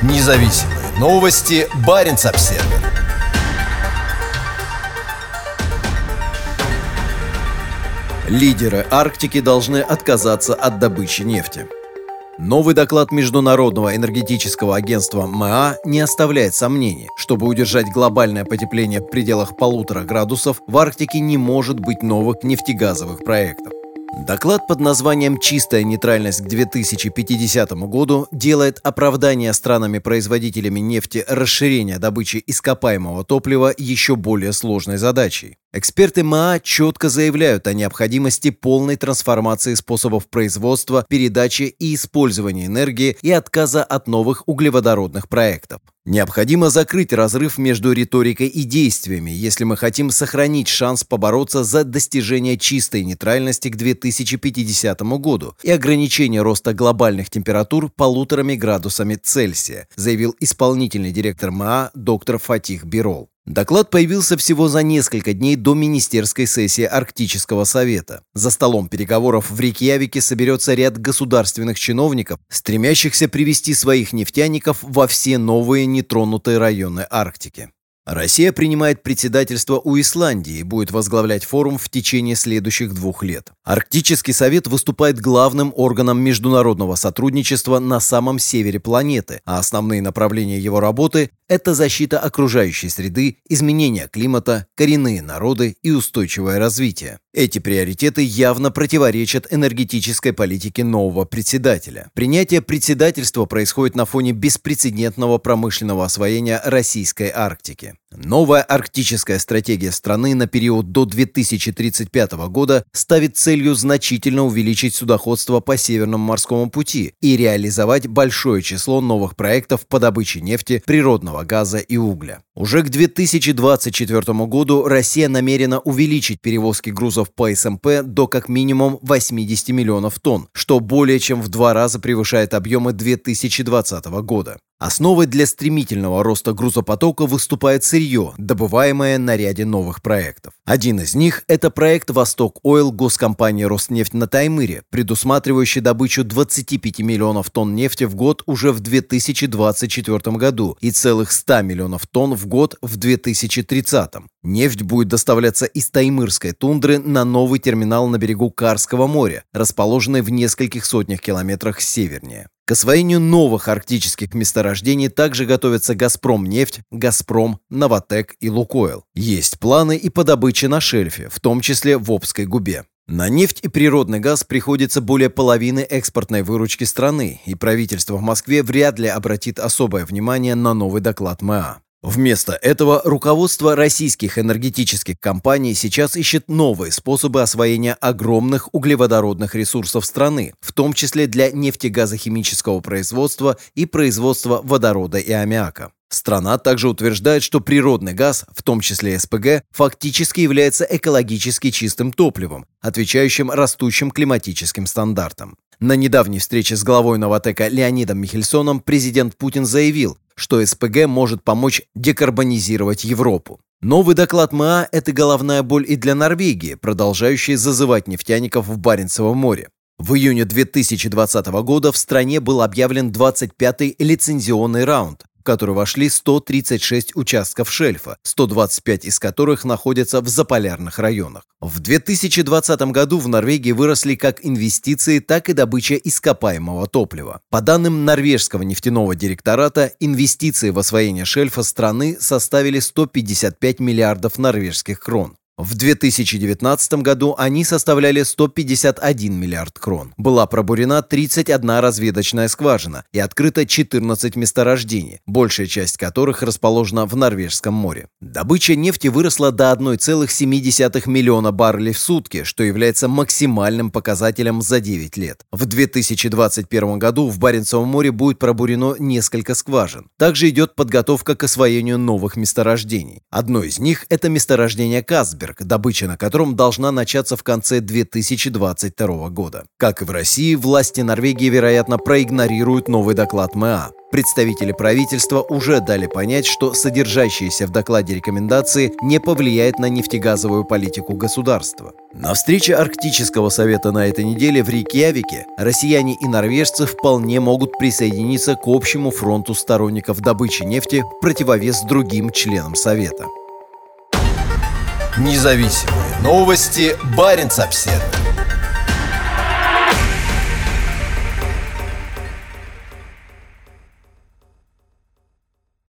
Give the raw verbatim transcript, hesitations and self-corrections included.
Независимые новости. Баренц-Обсервер. Лидеры Арктики должны отказаться от добычи нефти. Новый доклад Международного энергетического агентства МЭА не оставляет сомнений. Чтобы удержать глобальное потепление в пределах полутора градусов, в Арктике не может быть новых нефтегазовых проектов. Доклад под названием «Чистая нейтральность к две тысячи пятидесятому году» делает оправдание странами-производителями нефти расширения добычи ископаемого топлива еще более сложной задачей. Эксперты МЭА четко заявляют о необходимости полной трансформации способов производства, передачи и использования энергии и отказа от новых углеводородных проектов. Необходимо закрыть разрыв между риторикой и действиями, если мы хотим сохранить шанс побороться за достижение чистой нейтральности к две тысячи пятидесятому году и ограничение роста глобальных температур полуторами градусами Цельсия, заявил исполнительный директор МЭА доктор Фатих Бирол. Доклад появился всего за несколько дней до министерской сессии Арктического совета. За столом переговоров в Рейкьявике соберется ряд государственных чиновников, стремящихся привести своих нефтяников во все новые нетронутые районы Арктики. Россия принимает председательство у Исландии и будет возглавлять форум в течение следующих двух лет. Арктический совет выступает главным органом международного сотрудничества на самом севере планеты, а основные направления его работы – это защита окружающей среды, изменение климата, коренные народы и устойчивое развитие. Эти приоритеты явно противоречат энергетической политике нового председателя. Принятие председательства происходит на фоне беспрецедентного промышленного освоения российской Арктики. Новая арктическая стратегия страны на период до две тысячи тридцать пятого года ставит целью значительно увеличить судоходство по Северному морскому пути и реализовать большое число новых проектов по добыче нефти, природного газа и угля. Уже к две тысячи двадцать четвёртому году Россия намерена увеличить перевозки грузов по эс эм пэ до как минимум восемьдесят миллионов тонн, что более чем в два раза превышает объемы две тысячи двадцатого года. Основой для стремительного роста грузопотока выступает сырье, добываемое на ряде новых проектов. Один из них – это проект «Восток Ойл» госкомпании «Роснефть» на Таймыре, предусматривающий добычу двадцати пяти миллионов тонн нефти в год уже в две тысячи двадцать четвёртом году и целых ста миллионов тонн в год в две тысячи тридцатом. Нефть будет доставляться из Таймырской тундры на новый терминал на берегу Карского моря, расположенный в нескольких сотнях километрах севернее. К освоению новых арктических месторождений также готовятся «Газпромнефть», «Газпром», «Новатэк» и «Лукойл». Есть планы и по добыче на шельфе, в том числе в Обской губе. На нефть и природный газ приходится более половины экспортной выручки страны, и правительство в Москве вряд ли обратит особое внимание на новый доклад МЭА. Вместо этого руководство российских энергетических компаний сейчас ищет новые способы освоения огромных углеводородных ресурсов страны, в том числе для нефтегазохимического производства и производства водорода и аммиака. Страна также утверждает, что природный газ, в том числе эс пэ гэ, фактически является экологически чистым топливом, отвечающим растущим климатическим стандартам. На недавней встрече с главой Новатэка Леонидом Михельсоном президент Путин заявил, что эс пэ гэ может помочь декарбонизировать Европу. Новый доклад МЭА – это головная боль и для Норвегии, продолжающей зазывать нефтяников в Баренцево море. В июне две тысячи двадцатого года в стране был объявлен двадцать пятый лицензионный раунд, в который вошли сто тридцать шесть участков шельфа, сто двадцать пять из которых находятся в заполярных районах. В две тысячи двадцатом году в Норвегии выросли как инвестиции, так и добыча ископаемого топлива. По данным норвежского нефтяного директората, инвестиции в освоение шельфа страны составили сто пятьдесят пять миллиардов норвежских крон. В две тысячи девятнадцатом году они составляли сто пятьдесят один миллиард крон. Была пробурена тридцать одна разведочная скважина и открыто четырнадцать месторождений, большая часть которых расположена в Норвежском море. Добыча нефти выросла до одного целых семи десятых миллиона баррелей в сутки, что является максимальным показателем за девять лет. В две тысячи двадцать первом году в Баренцевом море будет пробурено несколько скважин. Также идет подготовка к освоению новых месторождений. Одно из них – это месторождение Касберг, добыча на котором должна начаться в конце две тысячи двадцать второго года. Как и в России, власти Норвегии, вероятно, проигнорируют новый доклад МЭА. Представители правительства уже дали понять, что содержащиеся в докладе рекомендации не повлияют на нефтегазовую политику государства. На встрече Арктического совета на этой неделе в Рейкьявике россияне и норвежцы вполне могут присоединиться к общему фронту сторонников добычи нефти в противовес другим членам Совета. Независимые новости. Баренц-Обседный.